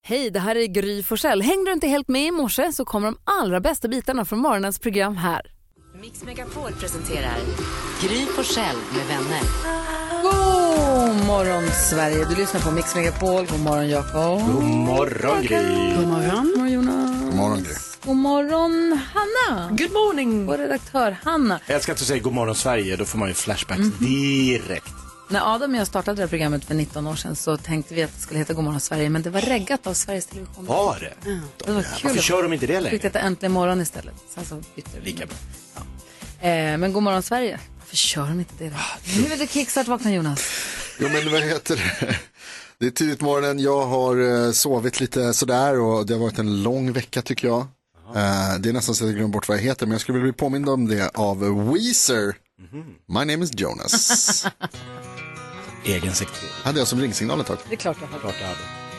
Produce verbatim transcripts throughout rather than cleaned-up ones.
Hej, det här är Gry Forssell. Hängde du inte helt med i morse så kommer de allra bästa bitarna från morgonens program här. Mix Megapol presenterar Gry Forssell med vänner. God morgon Sverige, du lyssnar på Mix Megapol. God morgon Jakob. God morgon Gry. God morgon. God morgon Jonas. God morgon Gry. God morgon Hanna. Good morning. Vår redaktör Hanna. Jag älskar att du säger god morgon Sverige, då får man ju flashbacks mm. direkt. När Adam och jag startade det här programmet för nitton år sedan så tänkte vi att det skulle heta God morgon Sverige, men det var reggat av Sveriges Television. Var det? Mm. Det var kul. Varför kör de inte det längre? Fick detta äntligen morgon istället. Sen så bytte vi. Lika bra. Ja. Eh, men God morgon Sverige. Varför kör de inte det då? Ah, Hur vill du kickstart vakna Jonas? Jo men vad heter det? Det är tidigt morgonen, jag har uh, sovit lite sådär och det har varit en lång vecka tycker jag. Uh, det är nästan så att jag glömmer bort vad jag heter, men jag skulle vilja bli påmind om det av Weezer. Mm-hmm. My name is Jonas. Egen sektor. Hade jag som ringsignal ett tag? Det är klart jag har. Klart jag hade.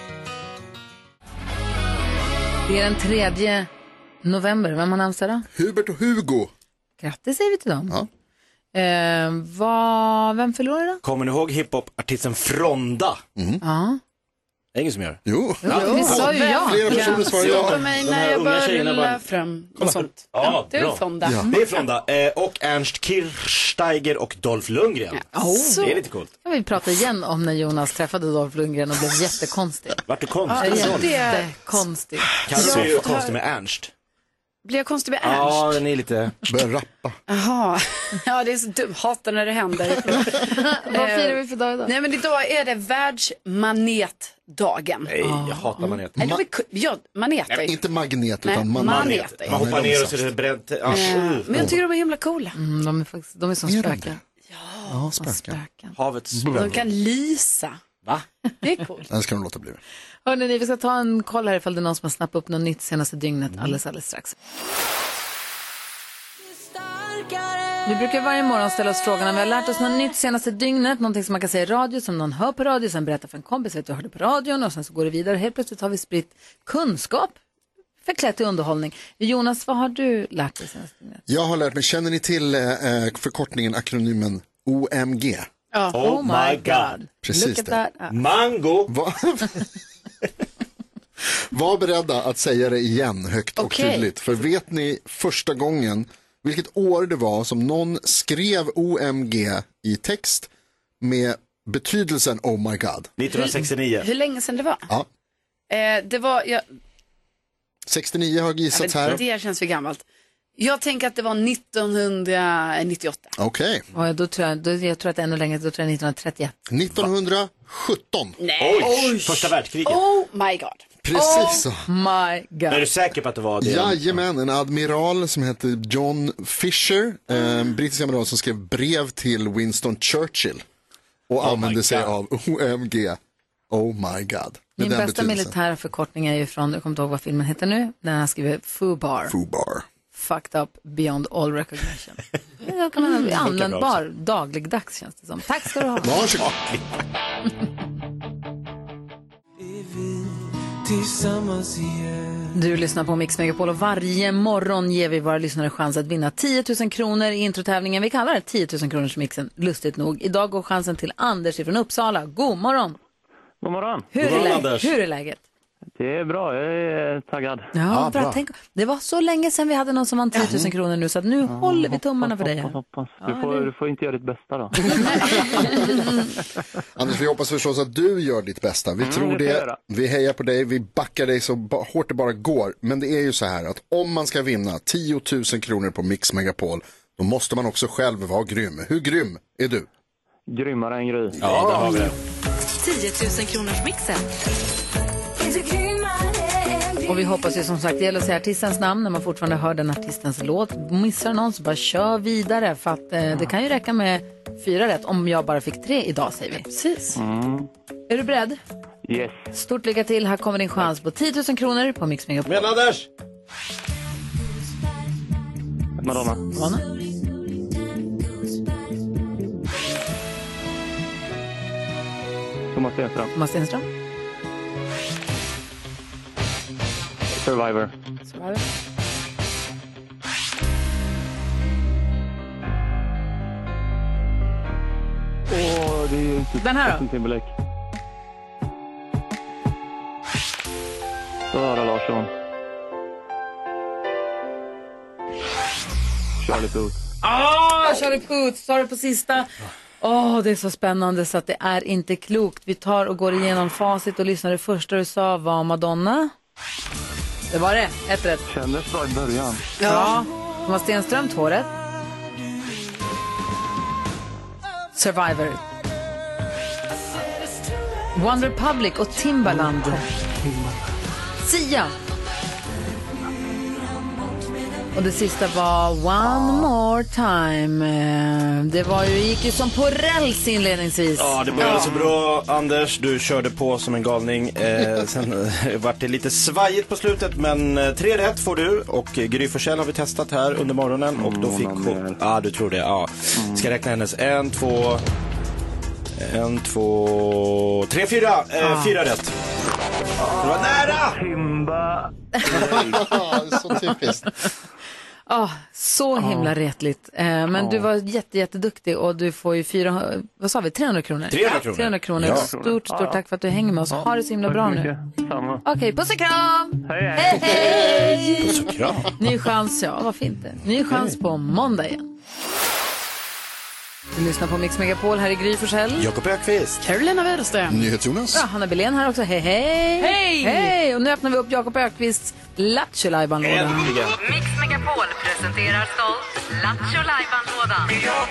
Det är den tredje november. Vem har namnsdag då? Hubert och Hugo. Grattis säger vi till dem. Ja. Eh, vad, vem förlorar då? Kommer ni ihåg hiphop-artisten Fronda? Mm. Ja. Det är ingen som gör. Jo. Ja, det sa ju jag. Flera personer svarar ja. ja. För mig när jag började rulla fram och sånt. Ja, det är bra. Fronda. Ja. Det är Fronda. Eh, och Ernst Kirchsteiger och Dolph Lundgren. Ja. Oh. Det är lite coolt. Vi pratade igen om när Jonas träffade Dolph Lundgren och blev jättekonstig. Vart det konstigt? Ja, det- Jättekonstig. Kanske är ju Jag- konstigt med Ernst. Blir jag konstig med Ernst? Ja, den är lite... Börjar rappa. Jaha. Ja, det är så dumt. Hatar när det händer. Vad firar vi för dag idag? Nej, men idag är det världsmanetdagen. Nej, jag hatar manet. Nej, det var ku- ja, maneter. Nej, inte magnet Nej, utan man. manet. Manet. Man hoppar ner och så är det bränt. Ja. Eh, Men jag tycker de är himla coola. Mm, de är faktiskt, de är som Är de spöken. Ja, Som spöken. spöken. Havets De spöken. kan lysa. Va? Det är coolt. Den ska de låta bli. Hörrni, ni, vi ska ta en koll här ifall det är någon som har snappat upp något nytt senaste dygnet alldeles, alldeles strax. Vi brukar varje morgon ställa oss frågan om vi har lärt oss något nytt senaste dygnet, någonting som man kan säga i radio, som någon hör på radio, sen berättar för en kompis, vet du, hörde på radion och sen så går det vidare. Helt plötsligt har vi spritt kunskap förklätt till underhållning. Jonas, vad har du lärt dig senaste dygnet? Jag har lärt mig, känner ni till eh, förkortningen, akronymen O M G? Ja. Oh my god. Precis Look at det. that. Ah. Mango. Var, var beredda att säga det igen högt och Okej. tydligt. För vet ni första gången vilket år det var som någon skrev O M G i text med betydelsen oh my god? nittonhundrasextionio. Hur länge sedan det var? Ja. Eh, det var, jag, sextionio har gissats ja, här. det känns för gammalt. Jag tänker att det var nittonhundranittioåtta. Okej. Ja, då tror jag, då, jag tror att det är ännu längre, då tror jag nittonhundratrettioett. nittonhundrasjutton. Nej. Oj, första världskriget. Oh my god. Precis så. My God. Är du säker på att det var det? Jajamän, en admiral som hette John Fisher, en brittisk admiral som skrev brev till Winston Churchill och Oh använde my sig God. av O M G. Oh my god. Med Min den bästa betydelsen. militära förkortning är ju från, jag kommer inte ihåg vad filmen heter nu, när han skriver FUBAR. Fubar. Fucked up beyond all recognition. Det kan man bli användbar dagligdags känns det som. Tack ska du ha. Varsågod. Du lyssnar på Mix Megapol och varje morgon ger vi våra lyssnare chans att vinna tio tusen kronor i introtävlingen. Vi kallar det tio tusen kronors mixen, lustigt nog. Idag går chansen till Anders från Uppsala. God morgon. God morgon. Hur, God är, morgon, läget? Anders. Hur är läget? Det är bra, jag är taggad. Ja, bra. bra. Tänk, det var så länge sedan vi hade någon som vann tio tusen kronor nu så att nu håller vi tummarna för dig här. Hoppas, hoppas. Du, får, du får inte göra ditt bästa då. Anders, vi hoppas förstås att du gör ditt bästa. Vi tror det får det, jag göra. vi hejar på dig, vi backar dig så ba- hårt det bara går. Men det är ju så här att om man ska vinna tio tusen kronor på Mix Megapol, då måste man också själv vara grym. Hur grym är du? Grymmare än Gry. Ja, där har vi det. tio tusen kronors mixen. Och vi hoppas ju som sagt, det gäller att säga artistens namn när man fortfarande hör den artistens låt. Missar någon så bara kör vidare för att eh, det kan ju räcka med fyra rätt om jag bara fick tre idag säger vi. Precis. Är du beredd? Yes. Stort lycka till, här kommer din chans på tio tusen kronor på Mix Megapol. Men Anders! Madonna. Madonna. Thomas Stenström. Thomas Stenström. Survivor. Survivor. Åh, det är ju inte Den här då? Justin Timberlake. Sara Larsson. Charlie Puth. Ah, Charlie Puth, sa du på sista. Åh, oh, det är så spännande så att det är inte klokt. Vi tar och går igenom facit och lyssnar. Det första du sa var Madonna. Det var det, ett rätt. Kändes bra i början. Ja, Thomas Stenström, två rätt. Survivor. One Republic och Timbaland. Sia. Och det sista var One More Time. Det var ju, gick ju som på räls inledningsvis. Ja, det började så bra, Anders. Du körde på som en galning. Eh, sen eh, var det lite svajigt på slutet, men eh, tre rätt får du. Och Gry Forssell har vi testat här under morgonen. Och då fick hon... Ja, ah, du tror det. Ja. Ska räkna hennes en, två... En, två... Tre, fyra. Eh, ah. Fyra rätt. Det var nära! Timba. Så typiskt. Oh, så himla oh. retligt. Eh, men oh. du var jätte, jätteduktig och du får ju fyra, vad sa vi, trehundra kronor? trehundra kronor. trehundra kronor. Ja. Stort, stort tack för att du hänger med oss. Ha det så himla bra nu. Okej, okay, puss och kram! Hej, hej! Hej, hej. Puss och kram. Ny chans, ja, vad fint det. Ny chans hej. På måndag igen. Du lyssnar på Mix Megapol, här i Gry Forssell. Jakob Ökvist. Carolina Widerström. NyhetsJonas. Ja, Hanna Belén här också. Hej, hej! Hej! Hej! Och nu öppnar vi upp Jakob Ökvists Lattjo Lajban-lådan. Äntligen. Mix Megapol presenterar stolt Lattjo Lajban-lådan.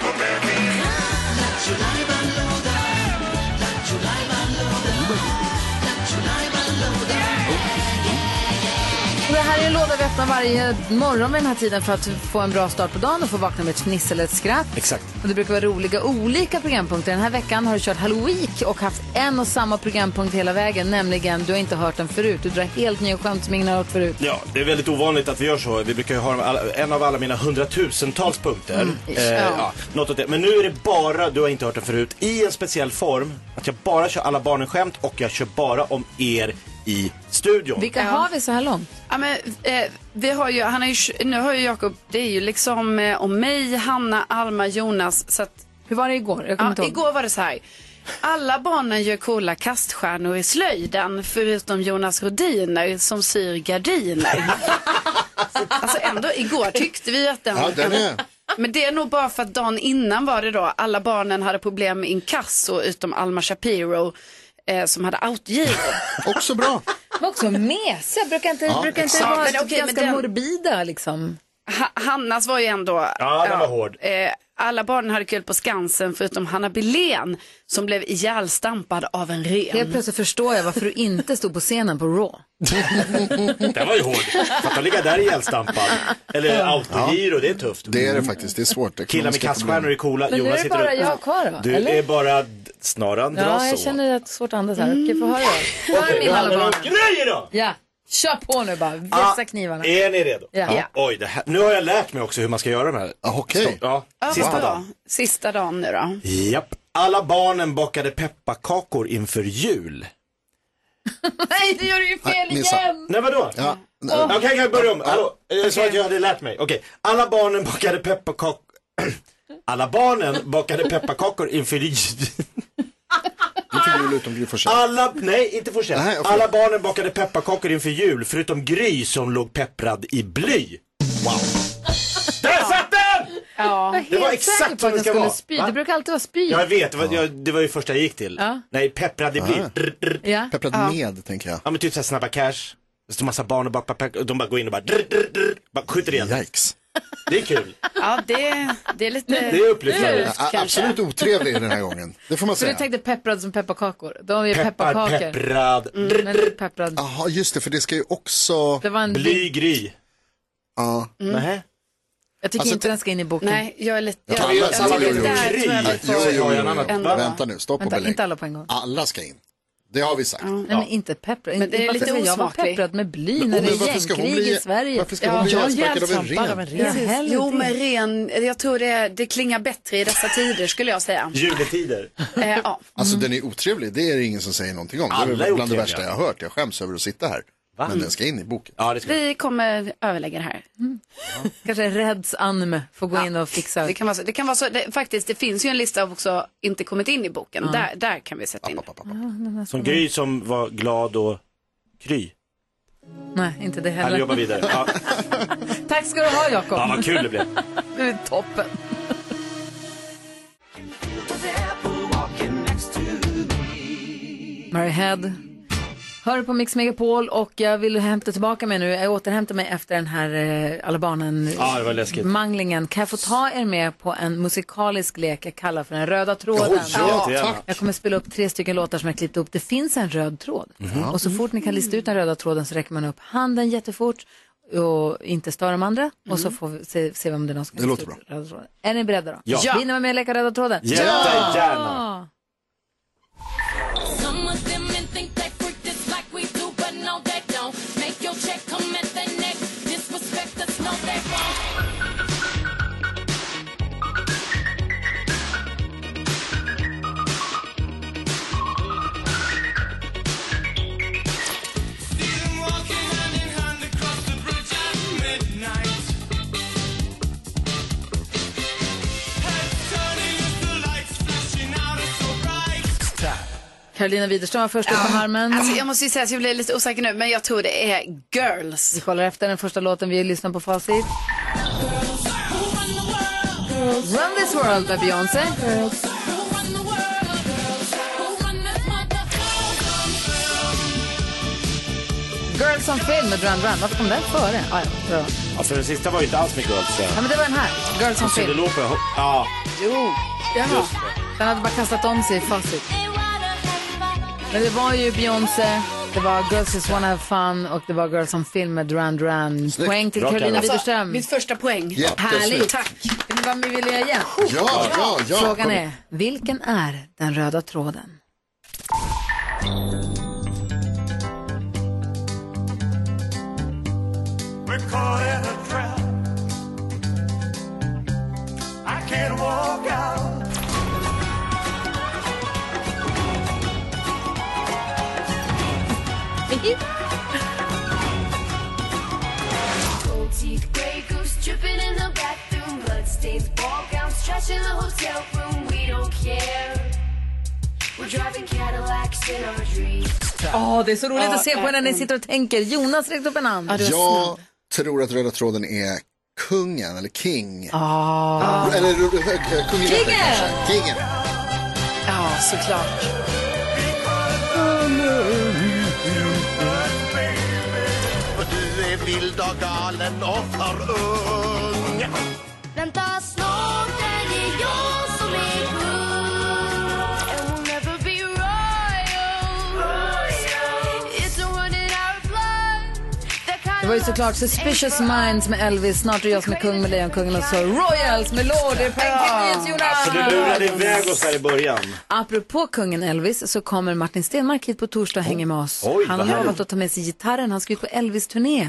Det här är en låda vi öppnar varje morgon vid den här tiden för att få en bra start på dagen och få vakna med ett fniss eller ett skratt. Exakt. Och det brukar vara roliga olika programpunkter. Den här veckan har du kört Halloween och haft en och samma programpunkt hela vägen, nämligen du har inte hört den förut. Du drar helt nya skämt som ingen har hört förut. Ja, det är väldigt ovanligt att vi gör så. Vi brukar ju ha en av alla mina hundratusentals punkter. Mm, eh, ja. Ja, något åt det. Men nu är det bara, du har inte hört den förut, i en speciell form. Att jag bara kör alla barnen skämt och jag kör bara om er i studion. Vilka ja. har vi så här långt? Ja, men, eh, vi har ju, han är ju, nu har ju Jakob, det är ju liksom eh, om mig, Hanna, Alma, Jonas. Så att, hur var det igår? Jag ja, igår var det så här. Alla barnen gör coola kaststjärnor i slöjden förutom Jonas Rodiner som syr gardiner. Alltså ändå, igår tyckte vi att den... Ja, den är... Men det är nog bara för att dagen innan var det då alla barnen hade problem med inkasso utom Alma Shapiro eh, som hade outgiro. Också bra. Men också mesiga, brukar inte, ja, brukar inte vara men, okay, ganska den... morbida liksom. Ha, Hannas var ju ändå... Ja, den var hård. Eh, alla barnen hade kul på Skansen förutom Hanna Belén som blev ihjälstampad av en ren. Helt plötsligt förstår jag varför du inte stod på scenen på Raw. Den var ju hård. För att ligga där ihjälstampad. Eller autogiro, ja. Det är tufft. Det är det faktiskt, det är svårt. Killar med kaststjärnor är coola. Men nu är det bara och... jag kvar då, Du eller? är bara snaran dras. Ja, jag så. känner att det är svårt att andas här. Okej, få höra. Okej, okay, det handlar om grejer då! Ja. Kör på nu bara, vässa ah, knivarna. Är ni redo? Ja. Ja. Oj, det här, nu har jag lärt mig också hur man ska göra de här. Ah, okej. Okay. Ja, sista wow. dagen. Sista dagen nu då. Japp. Alla barnen bakade pepparkakor inför jul. Nej, det gör du ju fel Nej, igen. Nej, vadå? Ja. Oh. Okej, okay, kan jag börja om? Hallå, jag sa att jag hade lärt mig. Okej, okay. Alla barnen bakade pepparkakor. Alla barnen bakade pepparkakor inför jul. Alla, nej, inte fortsätt. Nej, alla barnen bakade pepparkakor inför jul förutom Gry som låg pepprad i bly. Wow. Där satt den! Ja. Det var exakt vad det ska vara. Spy. Det brukar alltid vara spy. Jag vet, det var, jag, det var ju första jag gick till. Ja. Nej, pepprad i bly. Ja. Pepprad ja. med, tänker jag. Ja, men typ såhär Snabba Cash. Det står massa barn och bakar pepparkakor och de bara går in och bara, drr, drr, drr, bara skjuter igen. Yikes. Det är kul. Ja, det, det är lite... Det är upplyftande. Absolut otrevlig den här gången. Det får man säga. Så du tänkte pepprad som pepparkakor? De är Peppar, pepparkakor. pepprad. Mm, men pepprad. Jaha, just det, för det ska ju också... Det var en blygry. Ja. Mm. Nej. Jag tycker alltså, inte den ska in i boken. Nej, jag är lite... Jag, jag, jag, jag, jag, jag, jag, jag, jag, Vänta nu, stopp och belägg. Inte alla på en gång. Alla ska in. Det har vi sagt. Ja. Nej, men inte pepprad. Men det är lite osmakligt. Jag var pepprad med bly när det är gängkrig i Sverige. Varför ska hon bli ihjälsparkad av en ren? Av en ren. Jo, men ren, jag tror det, det klingar bättre i dessa tider skulle jag säga. Juletider. eh, ja. Alltså den är otrevlig, det är det ingen som säger någonting om. Alla det är bland det värsta jag har hört. Jag skäms över att sitta här. Va? Men den ska in i boken. Ja, det ska. Vi kommer överlägga det här. Mm. Ja. Kanske Reds Anme får gå ja. in och fixa. Det kan vara så. Det kan vara så det, faktiskt, det finns ju en lista av också inte kommit in i boken. Ja. Där, där kan vi sätta in. App, app, app, app. Ja, som Gry som var glad och Kry. Nej, inte det heller. Han jobbar vidare. Ja. Tack ska du ha, Jakob. Ja, vad kul det blev. Du är toppen. Mary Head. Hör på Mix Megapol och jag vill hämta tillbaka mig nu. Jag återhämtar mig efter den här eh, alla barnen ja, det var läskigt. manglingen. Kan jag få ta er med på en musikalisk lek jag kallar för den röda tråden? Oh, ja, tack. Jag kommer spela upp tre stycken låtar som jag klippt upp. Det finns en röd tråd. Mm-hmm. Och så fort ni kan lista ut den röda tråden så räcker man upp handen jättefort och inte störa de andra. Mm. Och så får vi se, se om det är någon som kan lista ut röda tråden. Är ni beredda då? Ja. ja. Vill ni vara med och leka röda tråden? Jättegärna. Ja. Carolina Widerström var först upp på harmen. Alltså, jag måste ju säga att jag blir lite osäker nu, men jag tror det är Girls. Vi kollar efter den första låten, vi lyssnar på facit. Run This World med Beyoncé. Girls. Girls on Film med Duran Duran. Varför kom den före? Ah, ja, bra. Ja, för den sista var ju inte alls med Girls. Ja, men det var den här. Girls on Film. Ja. Jo. Jaha. Den hade bara kastat om sig i facit. Men det var ju Beyoncé, det var Girls Just Wanna Have Fun och det var Girls on Film med Duran Duran. Snyggt. Poäng till Carolina Widerström. Alltså, mitt första poäng. Härligt. Tack. Vill ni vara med, vill jag igen? Ja, ja, ja. Frågan är, vilken är den röda tråden? We're caught in a trap. I can't walk out. Gold teeth, grey goose dripping in the bathroom, bloodstains, ball gowns, trash in the hotel room. We don't care. We're driving Cadillacs in our dreams. Åh, oh, det är så roligt att se på när ni sitter och tänker. Jonas räckte upp en hand. Ja, jag tror att röda tråden är kungen eller king. Ah. Eller äh, kungen. Kingen! Kingen. Ja, såklart. Du är vild och galen och för ung. Vänta, snart är det jag som är kung. And we'll never be royal. It's a running our blood. Det var ju såklart Suspicious Minds med Elvis, Snart är jag som är kung med Lejonkungen och så Royals med Lord. Det är poäng till Jonas. Alltså du lurade iväg oss här i början. Apropå kungen Elvis så kommer Martin Stenmark hit på torsdag och hänger med oss. Oj, han vad har härligt. lovat att ta med sig gitarren. Han ska ut på Elvis-turné.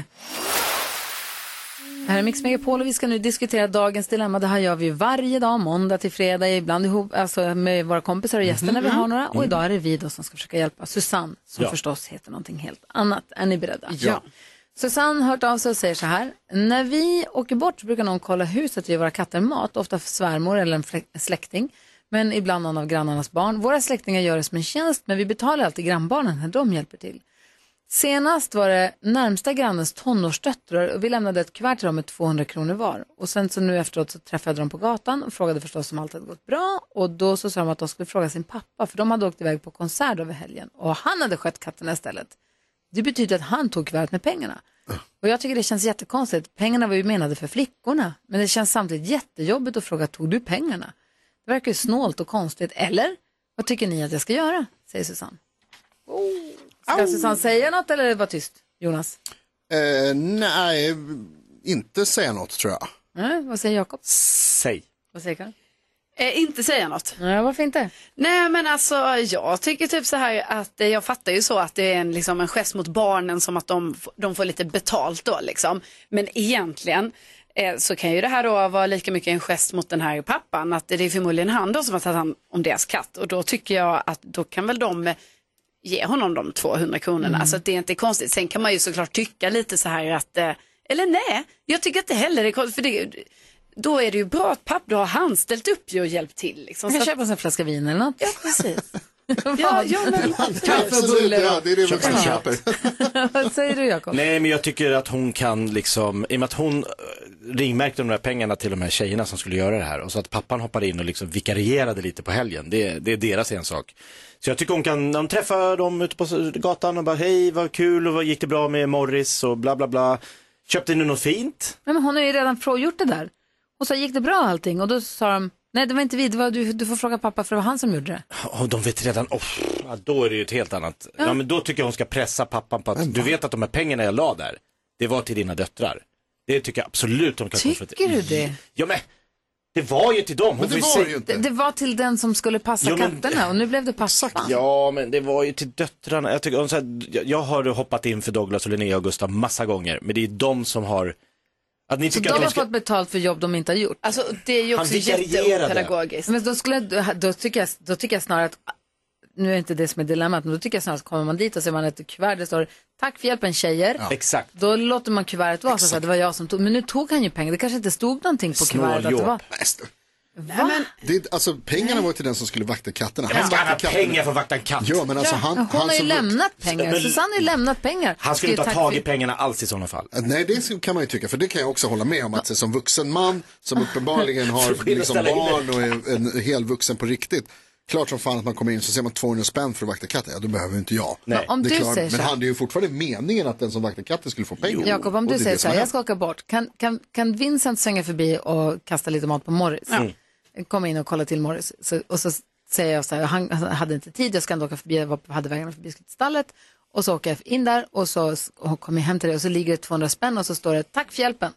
Här är Mix Megapol och vi ska nu diskutera dagens dilemma. Det här gör vi ju varje dag, måndag till fredag, ibland ihop alltså med våra kompisar och gäster när vi har några. Och idag är det vi då som ska försöka hjälpa Susanne, som Ja. förstås heter någonting helt annat. Är ni beredda? Ja. Susanne har hört av sig och säger så här. När vi åker bort så brukar någon kolla huset och ge våra katter mat. Ofta för svärmor eller en flä- släkting. Men ibland någon av grannarnas barn. Våra släktingar gör det som en tjänst, men vi betalar alltid grannbarnen när de hjälper till. Senast var det närmsta grannens tonårsdöttrar och vi lämnade ett kuvert till dem med tvåhundra kronor var. Och sen så nu efteråt så träffade jag dem på gatan och frågade förstås om allt hade gått bra. Och då så sa de att de skulle fråga sin pappa, för de hade åkt iväg på konsert över helgen. Och han hade skött katterna istället. Det betyder att han tog kuvertet med pengarna. Och jag tycker det känns jättekonstigt. Pengarna var ju menade för flickorna. Men det känns samtidigt jättejobbigt att fråga, tog du pengarna? Det verkar ju snålt och konstigt. Eller? Vad tycker ni att jag ska göra? Säger Susanne. Oh. Ska oh. Susanne säga något eller vara tyst? Jonas? Eh, nej, inte säga något tror jag. Nej, vad säger Jakob? Säg. Vad säger Karin? Eh, inte säga något. Nej, varför inte? Nej, men alltså jag tycker typ så här att eh, jag fattar ju så att det är en, liksom, en gest mot barnen som att de, de får lite betalt då liksom. Men egentligen eh, så kan ju det här då vara lika mycket en gest mot den här pappan, att det är förmodligen han då som har tagit hand om deras katt. Och då tycker jag att då kan väl de eh, ge honom de tvåhundra kronorna. Mm. Alltså att det är inte konstigt. Sen kan man ju såklart tycka lite så här att, eh, eller nej, jag tycker inte heller det är konstigt, för det då är det ju bra att pappa har han ställt upp ju och hjälpt till. Liksom. Jag kan så köpa en flaska vin eller något. Ja, precis. Ja, ja, men... Absolut, ja, det är det vuxna köper. Vad säger du, Jakob? Nej, men jag tycker att hon kan liksom, i och med att hon ringmärkte de där pengarna till de här tjejerna som skulle göra det här, och så att pappan hoppade in och liksom vikarierade lite på helgen, det, det är deras ensak. Så jag tycker hon kan, när hon träffar dem ute på gatan och bara, hej, vad kul, och vad gick det bra med Morris och bla bla bla. Köpte ni något fint? Nej, men hon har ju redan gjort det där. Och så gick det bra allting, och då sa de, nej, det var inte vi, det var, du, du får fråga pappa, för det var han som gjorde det. Och de vet redan, oh, ja, då är det ju ett helt annat. Ja. Ja, men då tycker jag hon ska pressa pappan på att du vet att de här pengarna jag la där, det var till dina döttrar. Det tycker jag absolut de kan. Tycker du det? Ja, men det var ju till dem. Men det var ju inte. Det, det var till den som skulle passa jo, men... katterna, och nu blev det pappan. Ja, men det var ju till döttrarna. Jag, tycker, så här, jag, jag har hoppat in för Douglas och Linnea och Gustav massa gånger, men det är de som har... Att ni så de att har ska... fått betalt för jobb de inte har gjort. Alltså det är ju också jätteopedagogiskt. Men då, skulle, då, tycker jag, då tycker jag snarare att, nu är inte det som är dilemmat, men då tycker jag snarare att kommer man dit och ser man ett kuvert, det står tack för hjälpen tjejer. Ja. Exakt. Då låter man kuvertet vara, så att det var jag som tog, men nu tog han ju pengar, det kanske inte stod någonting på kuvertet att det var. Nej, men... det, alltså pengarna var till den som skulle vakta katterna. Han ska ha pengar för att vakta en katt. Ja, men alltså, han, hon han har ju som... lämnat pengar, men... Susanne har ju lämnat pengar. Han skulle inte ha tagit för... pengarna alls i sådana fall. Nej, det kan man ju tycka, för det kan jag också hålla med om, att som vuxen man som uppenbarligen har liksom barn och är en hel vuxen på riktigt. Klart som fan att man kommer in så ser man tvåhundra spänn för att vakta katten. Ja, då behöver inte jag. Nej. Om det du klart, säger men så. han är ju fortfarande meningen att den som vaktar katten skulle få pengar. Jakob, om du säger så här, jag ska åka bort. Kan, kan, kan Vincent svänga förbi och kasta lite mat på Morris? Mm. Komma in och kolla till Morris. Så, och så säger jag så här, han hade inte tid, jag ska ändå åka förbi, jag hade vägarna förbi stallet. Och så åker jag in där och så och kommer jag hem till det och så ligger det tvåhundra spänn och så står det tack för hjälpen.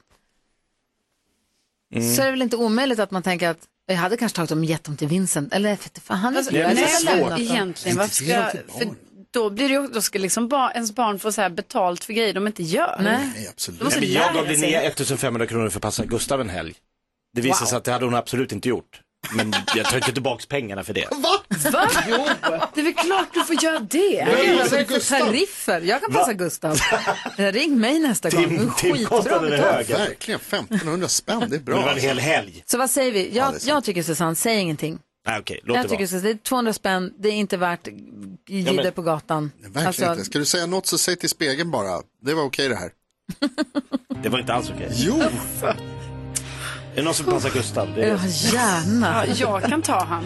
Mm. Så är det väl inte omöjligt att man tänker att jag hade kanske tagit dem och gett dem till Vincent. Eller för han alltså, är nej, svårt. Egentligen, varför ska, för då blir det ju, då ska liksom bar, ens barn få så här betalt för grejer de inte gör. Nej, nej absolut. Nej, men jag gav Linnea ettusenfemhundra kronor för att passa Gustav en helg. Det visade wow. sig att det hade hon absolut inte gjort. Men jag tar inte tillbaka pengarna för det. Va? Va? Jo. Det är väl klart du får göra det. Vad är det för tariffer? Jag kan passa Va? Gustav. Ring mig nästa Tim, gång. Skitbra betalt. Verkligen, femtonhundra spänn, det är bra. Det var en hel helg. Så vad säger vi? Jag, ja, jag tycker Susanne, säg ingenting. Ah, okay. Låt jag det tycker så, det är tvåhundra spänn, det är inte värt jidder ja, men... på gatan. Nej, verkligen alltså... inte. Ska du säga något så säg till spegeln bara. Det var okej det här. Det var inte alls okej. Jo! Är det någon som passar Gustav? Det är... Ja, gärna. Ja, jag kan ta han.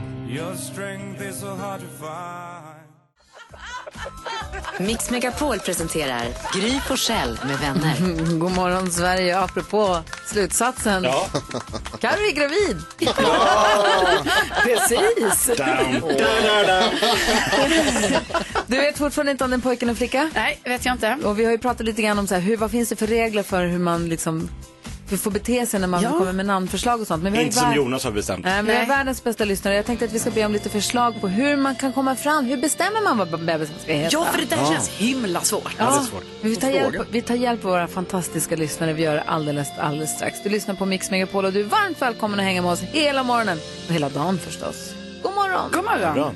Mix Megapol presenterar Gry Forssell med vänner. Mm, god morgon Sverige, apropå slutsatsen. Ja. Karo är gravid. Ja, precis. Down. Down, down, down. Du vet fortfarande inte om den pojken och flicka? Nej, vet jag inte. Och vi har ju pratat lite grann om så här, hur, vad finns det för regler för hur man liksom får bete sig när man ja. kommer med namnförslag och sånt. Men vi har inte som värld... Jonas har bestämt. Nej, men vi är världens bästa lyssnare. Jag tänkte att vi ska be om lite förslag på hur man kan komma fram. Hur bestämmer man vad bebisen ska heta? Ja, för det där ja. känns himla svårt. Ja, ja det är svårt. Vi tar, hjälp, vi tar hjälp av våra fantastiska lyssnare. Vi gör det alldeles, alldeles strax. Du lyssnar på Mix Megapol och du är varmt välkommen att hänga med oss hela morgonen. Och hela dagen förstås. God morgon. God morgon. Bra.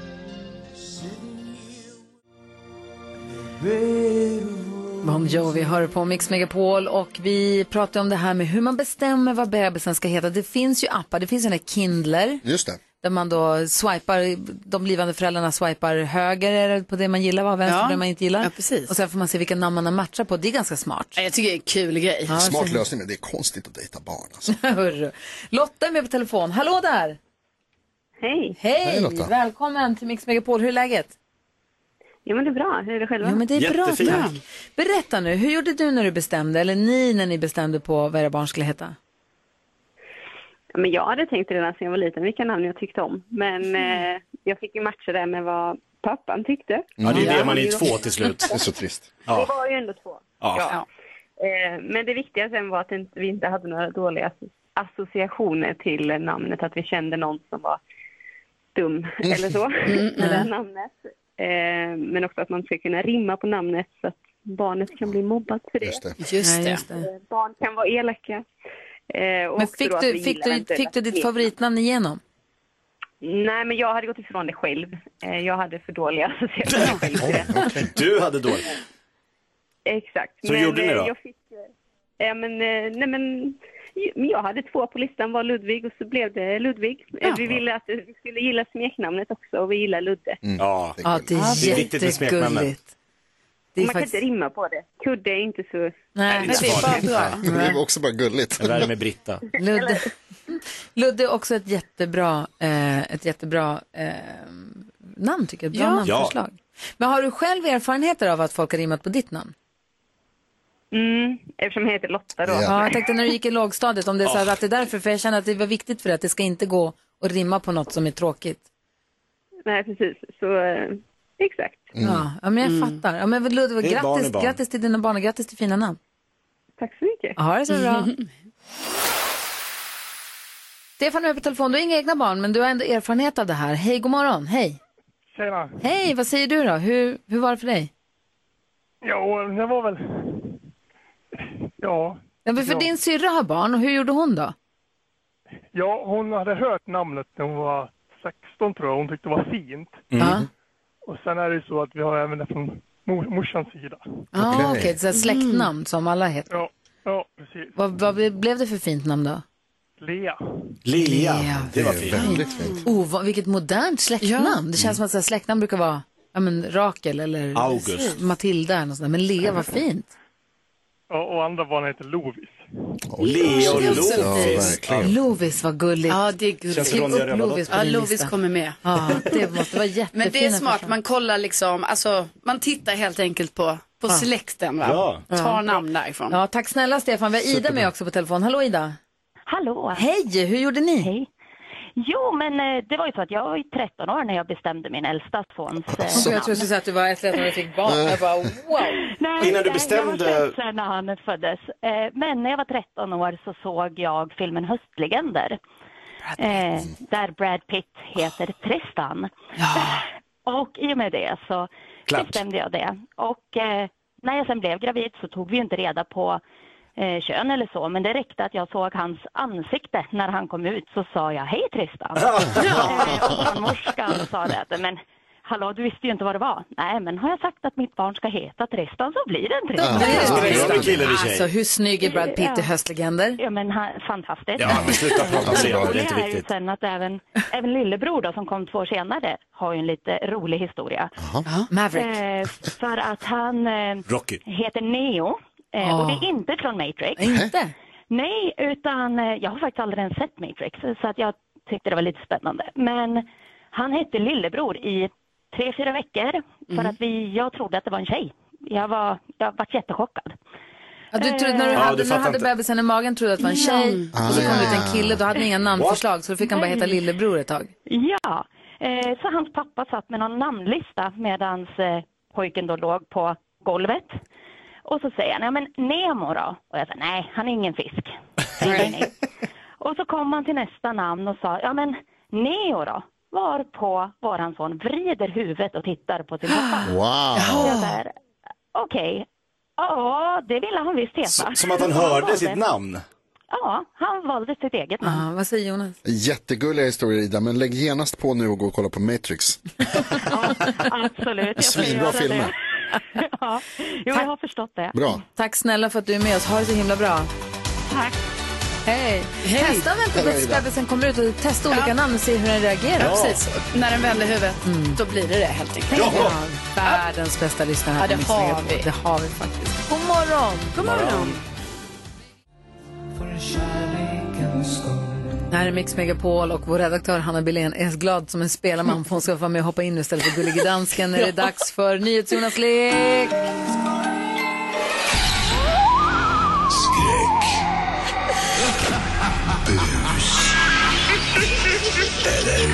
Bon Jovi hör på Mix Megapol och vi pratar om det här med hur man bestämmer vad bebisen ska heta. Det finns ju appar, det finns en Kindler. Just det. Där man då swipar, de blivande föräldrarna swipar höger på det man gillar, var vänster ja. på det man inte gillar. Ja, precis. Och sen får man se vilka namn man har matchat på. Det är ganska smart. Ja, jag tycker det är en kul grej. Ja, smart så... lösning, men det är konstigt att dejta barn alltså. Lotta är med på telefon. Hallå där! Hej! Hej! Hej Lotta. Välkommen till Mix Megapol. Hur är läget? Ja, men det är bra. Hur är det själva? Ja, men det är Jättefint. bra. Berätta nu, hur gjorde du när du bestämde, eller ni när ni bestämde på vad era barn skulle heta? Ja, men jag hade tänkt redan sedan jag var liten vilka namn jag tyckte om. Men mm. eh, jag fick ju matcha det med vad pappan tyckte. Ja, det är det man är två till slut. Det är så trist. Ja. Det var ju ändå två. Ja. Ja. Eh, men det viktiga sen var att inte, vi inte hade några dåliga associationer till namnet. Att vi kände någon som var dum eller så mm. med det här namnet. Eh, men också att man ska kunna rimma på namnet så att barnet kan bli mobbat för det. Just det. Just det. Eh, barn kan vara elaka. Eh, och men fick du, fick, du, fick du ditt favoritnamn igenom? Nej, men jag hade gått ifrån det själv. Eh, jag hade för dåliga associationer själv till det. Du hade dåligt. Exakt. Så men, gjorde ni då? Jag fick, Ja, men, eh, nej men, jag hade två på listan, var Ludvig och så blev det Ludvig. Ja. Vi ville att vi skulle gilla smeknamnet också och vi gillar Ludde. Mm. Ja, ja, det är, det är viktigt med smeknamnet. Det är man faktiskt... kan inte rimma på det. Kudde är inte så... Nej, Nej det är bara bra. Det är också bara gulligt. Det är med Britta. Ludde. Ludde är också ett jättebra, eh, ett jättebra eh, namn tycker jag. Ett bra ja. namnförslag. Ja. Men har du själv erfarenheter av att folk har rimmat på ditt namn? Mm, eftersom jag heter Lotta då. Ja, ja jag tänkte när du gick i lågstadiet om det är så att det är därför, för jag känner att det var viktigt för dig att det ska inte gå att rimma på något som är tråkigt. Nej, precis. Så, eh, exakt. Mm. Ja, ja, men jag mm. fattar. Ja, men Ludvig, grattis, barn barn. grattis till dina barn och grattis till fina namn. Tack så mycket. Ja, det är så bra. Mm. Stefan är på telefon. Du har inga egna barn, men du har ändå erfarenhet av det här. Hej, god morgon. Hej. Tjena. Hej, vad säger du då? Hur, hur var det för dig? Ja, det var väl... Ja. ja för ja. din syrra har barn, och hur gjorde hon då? Ja, hon hade hört namnet när hon var sexton tror jag. Hon tyckte det var fint. Mm. Och sen är det ju så att vi har även det från mor- morsans sida. Ah, okej. Okay. Okay. Så släktnamn mm. som alla heter. Ja, ja precis. Vad, vad blev det för fint namn då? Lea. Lea, det var fint. Väldigt fint. Oh, vad, vilket modernt släktnamn. Ja. Det känns som att så här, släktnamn brukar vara ja, men, Rakel eller August. Matilda eller något sånt där. Men Lea var fint. Ja, och andra barn heter Lovis. Oh, Lea och Lovis. Ja, Lovis var gulligt. Ja, det är gulligt. Skriv upp Lovis på ja, din Lovis lista. kommer med. Ja, det måste vara jättefint. Men det är smart, man kollar liksom, alltså man tittar helt enkelt på, på ja. släkten va? Ja. Tar namn därifrån. Ja, tack snälla Stefan. Vi har Ida med också på telefon. Hallå Ida. Hallå. Hej, hur gjorde ni? Hej. Jo, men det var ju så att jag var ju tretton år när jag bestämde min äldsta sons namn. Jag tror att du sa att du var ett när du fick barn. Jag bara, wow. Nej, innan du bestämde... Jag var när han föddes. Men när jag var tretton år så såg jag filmen Höstlegender. Eh, där Brad Pitt heter Tristan. Ja. Och i och med det så Klart. bestämde jag det. Och eh, när jag sen blev gravid så tog vi ju inte reda på Eh, kön eller så, men det räckte att jag såg hans ansikte när han kom ut så sa jag, hej Tristan. Ja. eh, och barnmorskan sa det, men hallå, du visste ju inte vad det var. Nej, men har jag sagt att mitt barn ska heta Tristan så blir det en Tristan. Ja, ja, kille, alltså, hur snygg är Brad Pitt i Höstlegender? Ja, men han, fantastiskt. Ja, men sluta prata om det, det är inte viktigt. Sen att även, även lillebror då, som kom två år senare har ju en lite rolig historia. Uh-huh. Maverick. Eh, för att han eh, heter Neo. Eh, oh. Och det är inte från Matrix. Inte? Nej, utan eh, jag har faktiskt aldrig ens sett Matrix. Så att jag tyckte det var lite spännande. Men han hette lillebror i tre, fyra veckor. För mm. att vi, jag trodde att det var en tjej. Jag var, jag var jättechockad. Ja, du trodde, när du ja, hade, du när du hade bebisen i magen trodde att det var en tjej. Mm. Och så kom det ut en kille, då hade ni inga namnförslag. Så då fick han bara heta lillebror ett tag. Ja, eh, så hans pappa satt med någon namnlista medan eh, pojken då låg på golvet. Och så säger han, ja men Nemo då? Och jag sa, nej, han är ingen fisk. nej, nej. Och så kom han till nästa namn och sa, ja men Neo då? Var på våran son vrider huvudet och tittar på sin pappa. Wow. Jag säger, okej. Okay. Ja, det ville han visst heta. Så, som att han hörde han valde, sitt namn? Ja, han valde sitt eget namn. Ah, vad säger Jonas? Jättegulliga historier, Ida, men lägg genast på nu och gå och kolla på Matrix. Ja, absolut. Svinbra filmer. Ja, jo, jag har förstått det. Bra. Tack snälla för att du är med oss. Ha det så himla bra. Tack. Hej. Hej. Testa och vänta tills bebisen kommer ut och testa olika ja. namn och se hur den reagerar. Ja. Precis. När den vänder huvudet, mm. då blir det det helt enkelt. Ja. Ja. Världens bästa lyssnare här. Ja, det har vi. Det har vi faktiskt. God morgon. God morgon. Det här är Mix Megapol och vår redaktör Hanna Billén är glad som en spelarman. Hon ska få vara med och hoppa in istället för Gullige Dansken när det är dags för NyhetsJonas lek. Skräck. Bus. Eller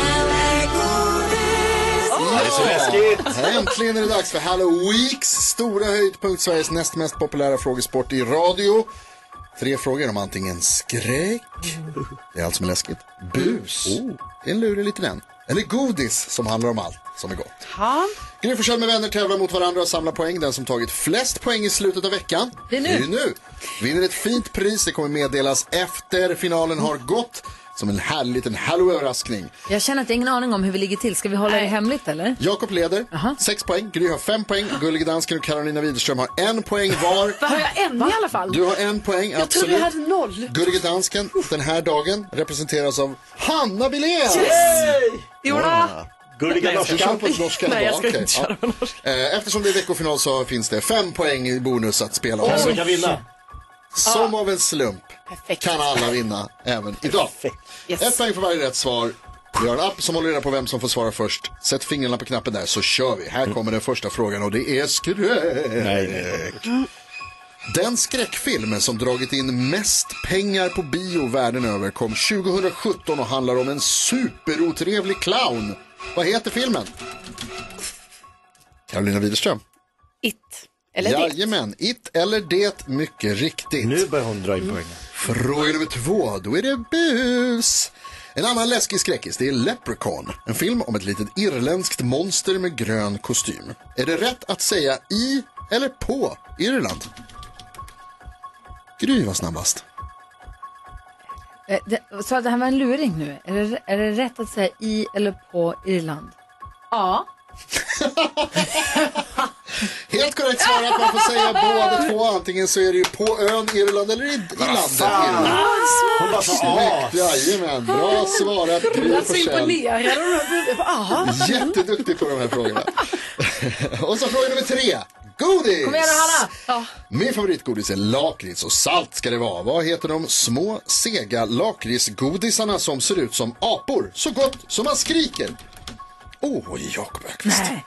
det är så läskigt. Äntligen är det dags för Halloweeks stora höjdpunkt, Sveriges näst mest populära frågesport i radio. Tre frågor om antingen skräck, det är allt som är läskigt, bus, oh. det är en lurig lite den, eller godis som handlar om allt som är gott. Ja. Gry Forssell med vänner tävlar mot varandra och samlar poäng. Den som tagit flest poäng i slutet av veckan, det är nu. Det är nu. Vinner ett fint pris, det kommer meddelas efter finalen har gått. som en härlig liten halloween-överraskning. Jag känner att jag har ingen aning om hur vi ligger till. Ska vi hålla Nej. det hemligt eller? Jakob leder, uh-huh. sex poäng. Gry har fem poäng. Gullige dansken och Carolina Widerström har en poäng var. Vad har jag en Va? i alla fall? Du har en poäng, jag absolut. Jag trodde jag hade noll. Gullige dansken den här dagen representeras av Hanna Billén. Yes! Jodå! Gulliga norskan. på norska. Nej, jag ska okay. inte köra på norska. Eftersom det är veckofinal så finns det fem poäng i bonus att spela. Vem som kan vinna? Som av en slump Perfekt. kan alla vinna även idag. Yes. Ett poäng för varje rätt svar. Vi har en app som håller reda på vem som får svara först. Sätt fingrarna på knappen där så kör vi. Här kommer den första frågan och det är skräck. Nej, nej. Den skräckfilmen som dragit in mest pengar på bio världen över kom tjugo sjutton och handlar om en superotrevlig clown. Vad heter filmen? Carolina Widerström. It. Eller Jajamän, det. It eller det, mycket riktigt. Nu börjar hon dra in poängen. Fråga nummer två, då är det bus. En annan läskig skräckis, det är Leprechaun. En film om ett litet irländskt monster med grön kostym. Är det rätt att säga i eller på Irland? Gry var snabbast. Eh, det, så det här var en luring nu. Är det, är det rätt att säga i eller på Irland? Ja. Helt korrekt svarat, man får säga båda två. Antingen så är det ju på ön Irland eller i, i landet Irland. Hon bara så jajamän, bra svarat. Gry Forssell. Jätteduktig på de här frågorna. Och så fråga nummer tre. Godis! Kom igen Hanna! Ja. Min favoritgodis är lakrits och salt ska det vara. Vad heter de små, sega lakritsgodisarna som ser ut som apor? Så gott som man skriker. Åh, oh, Jakob Öqvist. Nej.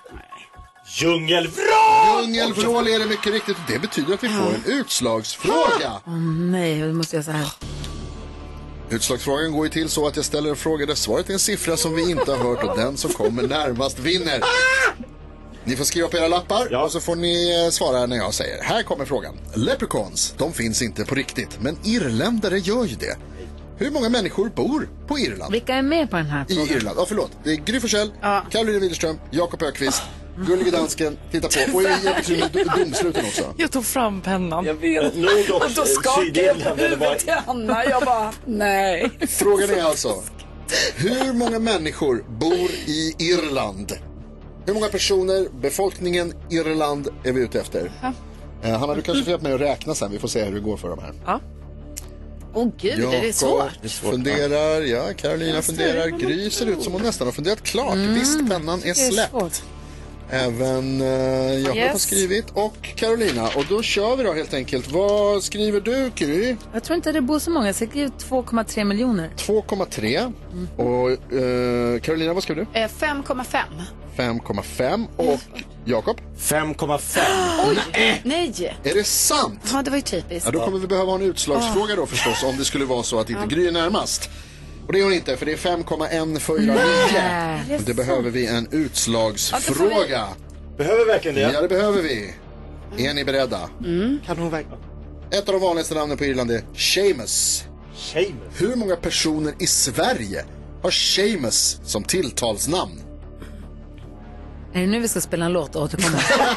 Djungelvrål! Djungelvrål är det mycket riktigt. Det betyder att vi får en utslagsfråga. Åh oh, nej, det måste jag säga här. Utslagsfrågan går ju till så att jag ställer en fråga där svaret är en siffra som vi inte har hört och den som kommer närmast vinner. Ni får skriva på era lappar ja. och så får ni svara när jag säger. Här kommer frågan. Leprechauns, de finns inte på riktigt, men irländare gör ju det. Hur många människor bor på Irland? Vilka är med på den här frågan? I Irland, ja förlåt. Det är Gry Forssell, ja. Carolina Widerström, Jakob Öqvist, Gullige dansken, titta på. Och jag hjälper till med domsluten också. Jag tog fram pennan. Jag vet. Och då skakade jag på huvudet till Anna. Jag bara, nej. Frågan är alltså, hur många människor bor i Irland? Hur många personer, befolkningen, Irland är vi ute efter? Ja. Eh, Hanna, du kanske får hjälpa mig att räkna sen. Vi får se hur det går för de här. Ja. Åh oh, gud, Jakob är det svårt? funderar, ja, Carolina funderar. Gry ser ut som hon nästan har funderat klart. Mm. Visst, pennan är släppt. Även eh, Jakob yes. har skrivit och Carolina. Och då kör vi då helt enkelt. Vad skriver du, Gry? Jag tror inte det bor så många. Jag skriver två komma tre miljoner. två komma tre. Mm. Och eh, Carolina, vad skriver du? fem komma fem. fem komma fem. Och Jakob? fem komma fem. Oj, nej. nej. Är det sant? Ja, det var ju typiskt. Ja, då kommer vi behöva ha en utslagsfråga då förstås. Om det skulle vara så att inte Gry är närmast. Och det är hon inte, för det är fem komma ett fyra nio. Det behöver vi en utslagsfråga. Ja, behöver vi verkligen det? Ja, det behöver vi. Är ni beredda? Mm. Kan hon verkligen? Ett av de vanligaste namnen på Irland är Seamus. Seamus? Hur många personer i Sverige har Seamus som tilltalsnamn? Är det nu vi ska spela en låt och återkomma?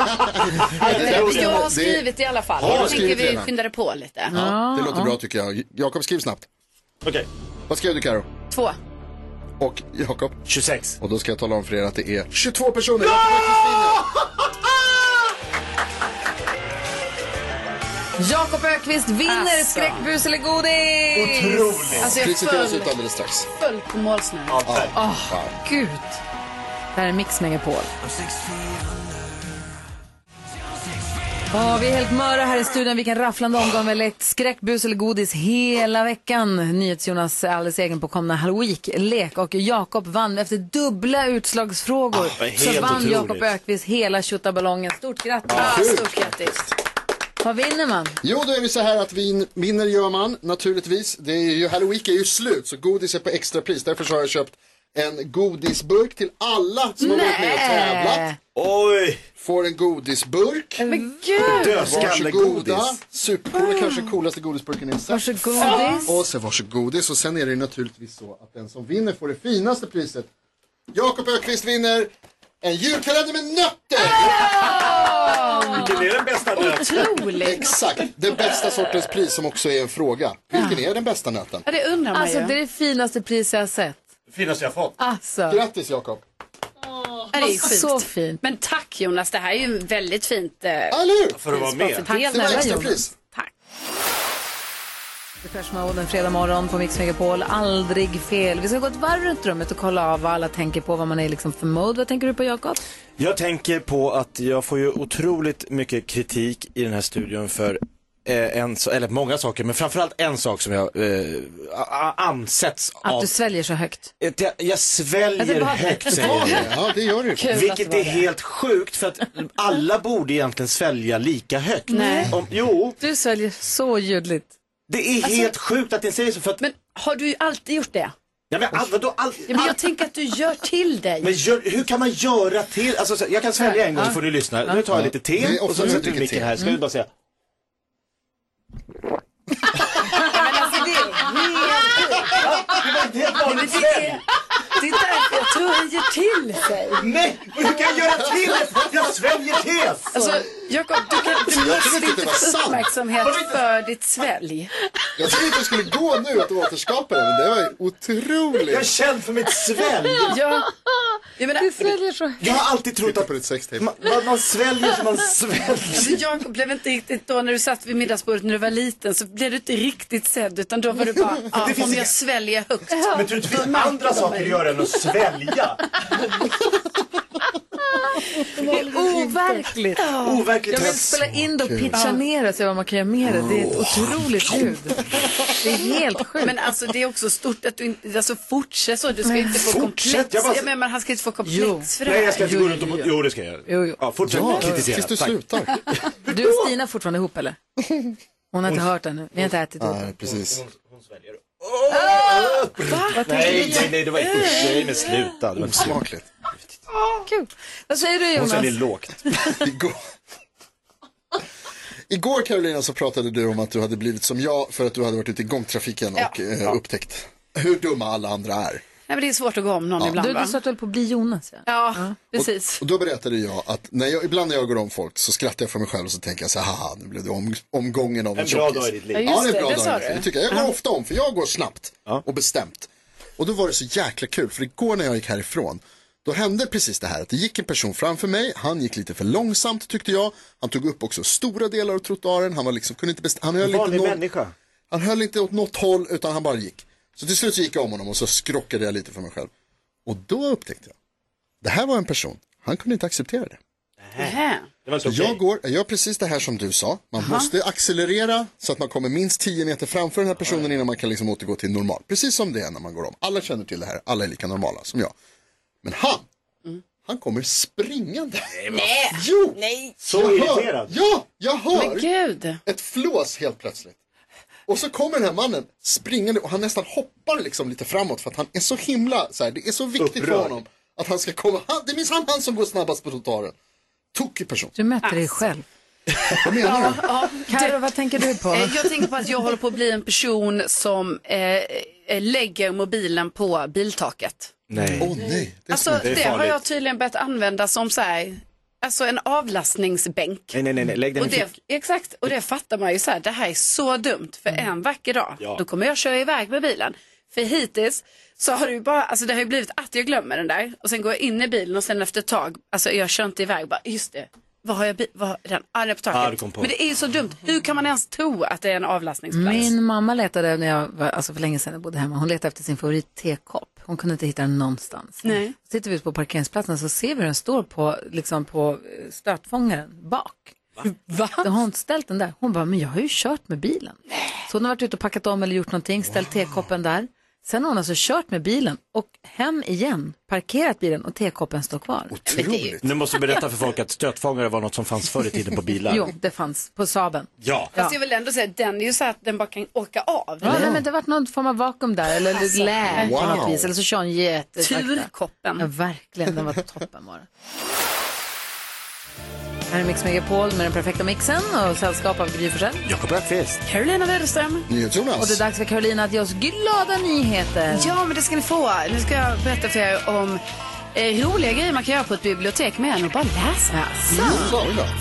Jag har skrivit i alla fall. Jag tänker vi skyndar på lite. Ja, det låter ja. bra tycker jag. Jakob, skriv snabbt. Okej. Okay. Vad skrev du, Karo? Två. Och Jakob? tjugosex. Och då ska jag tala om för er att det är tjugotvå personer. Ja! Jakob Öqvist vinner alltså. Skräckbus eller godis. Otroligt. Alltså jag presenteras ut alldeles strax. Föll på målsnöret. Ja, Åh, oh, ja. Gud. Det här är Mix Megapol. Oh, vi är helt möra här i studion. Vilken rafflande omgång med lekt skräckbus eller godis hela veckan. NyhetsJonas alldeles egen påkomna Halloween-lek. Och Jakob vann efter dubbla utslagsfrågor. Ah, så vann Jakob Öqvist hela tjottaballongen. Stort grattis. Ah, stort grattis. Vad vinner man? Jo, då är vi så här att vin, vinner gör man naturligtvis. Det är ju, Halloween är ju slut, så godis är på extra pris. Därför så har jag köpt en godisburk till alla som har varit med och tävlat. Oj! Får en godisburk. Men gud! Varsågoda. Supercoola, kanske coolaste godisburken i sig. Varsågodis. Och så varsågodis. Och sen är det naturligtvis så att den som vinner får det finaste priset. Jakob Öqvist vinner En julkalender med nötter! Vilken är den bästa nöten? Otroligt. Exakt, den bästa sortens pris som också är en fråga. Vilken är den bästa nöten? Ja, det undrar man Alltså ju. det är det finaste pris jag har sett. Finaste jag fått. Alltså. Grattis Jakob. Ja, det är ju sjukt. Så fint. Men tack Jonas, det här är ju väldigt fint. Eh, Eller? För att vara med. Tack Det var snälla extra Jonas. pris. Tack. Depeche Mode en fredag morgon på Mix Megapol. Aldrig fel. Vi ska gå ett varv runt rummet och kolla av vad alla tänker på, vad man är liksom för mode. Vad tänker du på, Jakob? Jag tänker på att jag får ju otroligt mycket kritik i den här studion för eh, en, eller många saker, men framförallt en sak som jag eh, ansätts Att av. du sväljer så högt. Att jag, jag sväljer Det var- högt, säger jag. Ja, det gör du. Kul att Vilket det var är det. helt sjukt, för att alla borde egentligen svälja lika högt. Nej. Om, jo, Du sväljer så ljudligt. det är helt sjukt att ni säger så, för att... Men har du ju alltid gjort det? Ja, men, all, vadå, all, Ja, men jag tänker att du gör till dig. Men gör, hur kan man göra till, alltså så, jag kan svälja en gång så får du lyssna. Nu tar jag lite Det te är och ofta så du sätter du dricker micken te. här. Ska du bara säga. Men alltså det är helt... Det var ett helt vanligt svälj. Det är därför jag tror han ger till sig. Nej, hur kan jag göra till det? Jag sväljer te. Alltså, Jakob, du, kan, du Jag måste trodde inte inte det var få sant. uppmärksamhet för ditt svälj. Jag trodde inte det skulle gå nu att återskapa det, men det var ju otroligt. Jag är känd för mitt svälj. Ja, jag menar, Du sväljer så högt. Jag har alltid trott Titta att på ditt sextape. man, man, man sväljer som man sväljer. alltså, Jakob blev inte riktigt då när du satt vid middagsbordet när du var liten, så blev du inte riktigt sedd, utan då var du bara, ja, finns om inga- jag sväljer högt. Men tror du inte det finns andra saker att göra än att svälja? Det är overkligt. Overkligt Jag vill högt. spela in det och pitcha ner det och se vad man kan göra med det. Det är ett otroligt ljud. Det är helt sjukt. Men alltså det är också stort att du inte, alltså fortsätt så, du ska inte få Fortsätt, komplex. jag bara- Ja, men man, han ska inte få komplex Jo. för det Nej, här. jag ska inte Jo, gå jo, runt och... jo. Jo, det ska jag göra. Jo, jo. Ja, fortsätt Ja, kritisera. tills du Tack. slutar. Du och Stina är fortfarande ihop, eller? Hon har inte hört det nu. Vi har inte ätit ihop. Nej, precis. Nej, nej, nej, det var inte... Nej, men sluta. Det var Osmakligt. Kul. Vad säger du, Hon Jonas? sväljer lågt. Igår... Igår Carolina så pratade du om att du hade blivit som jag för att du hade varit ute i gångtrafiken och eh, upptäckt hur dumma alla andra är. Nej, men det är svårt att gå om någon ibland, Du, va? du sa att du höll på att bli Jonas, ja. Ja, precis. Och då berättade jag att när jag, ibland när jag går om folk så skrattar jag för mig själv och så tänker jag så här, haha, nu blev det om, omgången av en, En bra tjockis. dag i ditt liv. Ja, just Ja, det är det, en bra det dag sa i mitt liv. du. Det tycker jag. Jag går ofta om för jag går snabbt Ja. och bestämt. Och då var det så jäkla kul för igår när jag gick härifrån då hände precis det här att det gick en person framför mig, han gick lite för långsamt tyckte jag. Han tog upp också stora delar av trottoaren, han var liksom, kunde inte bestämma, han höll En inte vanlig någon, människa. han höll inte åt något håll utan han bara gick. Så till slut så gick jag om honom och så skrockade jag lite för mig själv. Och då upptäckte jag, det här var en person, han kunde inte acceptera det. Nähä. Det var Så inte okej. jag går, jag gör precis det här som du sa. Man måste accelerera så att man kommer minst tio meter framför den här personen innan man kan liksom återgå till normal. Precis som det är när man går om. Alla känner till det här, alla är lika normala som jag. Men han, han kommer springande. Nej. Jo! Nej. Så Jag hör- irriterad. Ja, jag hör Men gud. ett flås helt plötsligt. Och så kommer den här mannen springande och han nästan hoppar liksom lite framåt för att han är så himla, så här, det är så viktigt Upprörd. för honom att han ska komma. Han, det minns han, han som går snabbast på trottoaren. Tokig person. Du mötte dig själv. Vad menar du? Ja, Karo, vad tänker du på? Eh, Jag tänker på att jag håller på att bli en person som eh, eh, lägger mobilen på biltaket. Nej. Åh nej, det är Alltså som det, är har farligt. jag tydligen börjat använda som så här, alltså en avlastningsbänk. Nej, nej, nej, nej. Lägg den Och i det, fick. exakt, och det fattar man ju så här, det här är så dumt för en vacker dag, Ja. då kommer jag köra iväg med bilen. För hittills så har det ju bara, alltså det har ju blivit att jag glömmer den där och sen går jag in i bilen och sen efter ett tag, alltså jag kör inte iväg, bara just det. Vad har jag, bi- vad har den? Ah, den är på taket. Ah, du kom på. Men det är ju så dumt. Hur kan man ens tro att det är en avlastningsplats? Min mamma letade när jag var, alltså för länge sedan jag bodde hemma, hon letade efter sin favorit tekopp. Hon kunde inte hitta den någonstans. Nej. Så sitter vi ute på parkeringsplatsen så ser vi hur den står på, liksom på eh, stötfångaren bak. Va? Då har hon ställt den där. Hon bara, men jag har ju kört med bilen. Så hon har varit ute och packat om eller gjort någonting, ställt tekoppen där. Sen har hon alltså kört med bilen och hem igen, parkerat bilen och tekoppen står kvar. otroligt. Nu måste du berätta för folk att stötfångare var något som fanns förr i tiden på bilar. Jo, det fanns på Saaben. Ja. Fast jag vill ändå säga, den är ju så att den bara kan åka av. Ja, nej, men det har varit någon form av vakuum där, eller Alltså, lä på något wow. vis, eller så kör hon jättesakta. Turkoppen. Ja, verkligen, den var toppen var det. Här är Mix Megapol med den perfekta mixen och sällskap av Gry Forssell. Jakob Öqvist. Carolina Widerström. NyhetsJonas. Och det är dags för Carolina att ge oss glada nyheter. Ja, men det ska ni få. Nu ska jag berätta för er om eh, roliga grejer man kan göra på ett bibliotek med än att bara läsa. Jaså? Mm, ja.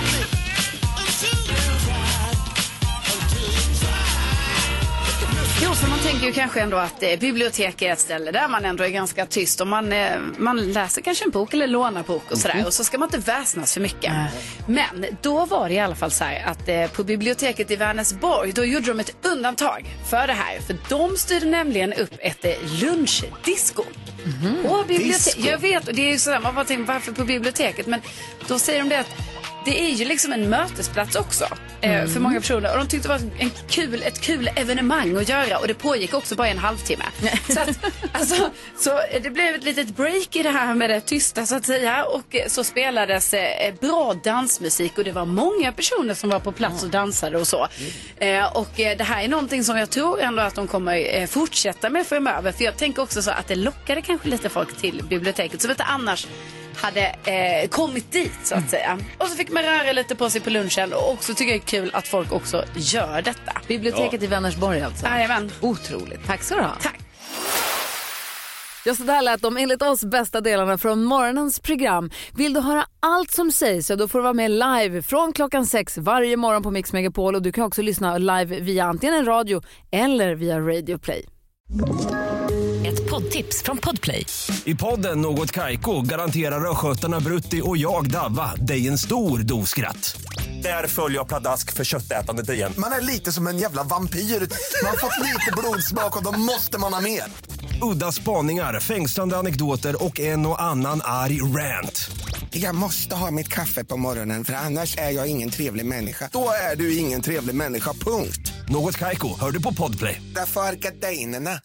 Jo, för man tänker ju kanske ändå att eh, bibliotek är ett ställe där man ändå är ganska tyst och man, eh, man läser kanske en bok eller lånar bok och sådär, mm. och så ska man inte väsnas för mycket. Mm. Men då var det i alla fall så här att eh, på biblioteket i Vänersborg, då gjorde de ett undantag för det här, för de styrde nämligen upp ett eh, lunchdisco. Mm. På bibliotek. Jag vet, och det är ju sådär, man bara tänker varför på biblioteket, men då säger de det att det är ju liksom en mötesplats också eh, mm. för många personer. Och de tyckte det var en kul, ett kul evenemang att göra. Och det pågick också bara en halvtimme. så, att, alltså, så det blev ett litet break i det här med det tysta så att säga. Och så spelades eh, bra dansmusik. Och det var många personer som var på plats och dansade och så. Eh, och eh, det här är någonting som jag tror ändå att de kommer eh, fortsätta med framöver. För jag tänker också så att det lockade kanske lite folk till biblioteket. Så vet du, annars hade eh, kommit dit så att säga. Och så fick man röra lite på sig på lunchen. Och också tycker jag det är kul att folk också gör detta. Biblioteket Ja. i Vänersborg alltså. Jajamän. Otroligt. Tack så du ha. Tack. Ja, så där lät de enligt oss bästa delarna från morgonens program. Vill du höra allt som sägs så då får du vara med live från klockan sex varje morgon på Mix Megapol. Och du kan också lyssna live via antingen en radio eller via Radio Play. Ett poddtips från Podplay. I podden Något Kaiko garanterar östgötarna Brutti och jag Davva dig en stor dos skratt. Där följer jag pladask för köttätandet igen. Man är lite som en jävla vampyr. Man har fått lite blodsmak och då måste man ha mer. Udda spaningar, fängslande anekdoter och en och annan arg rant. Jag måste ha mitt kaffe på morgonen för annars är jag ingen trevlig människa. Då är du ingen trevlig människa, punkt. Något Kaiko, hör du på Podplay. Därför är gardinerna.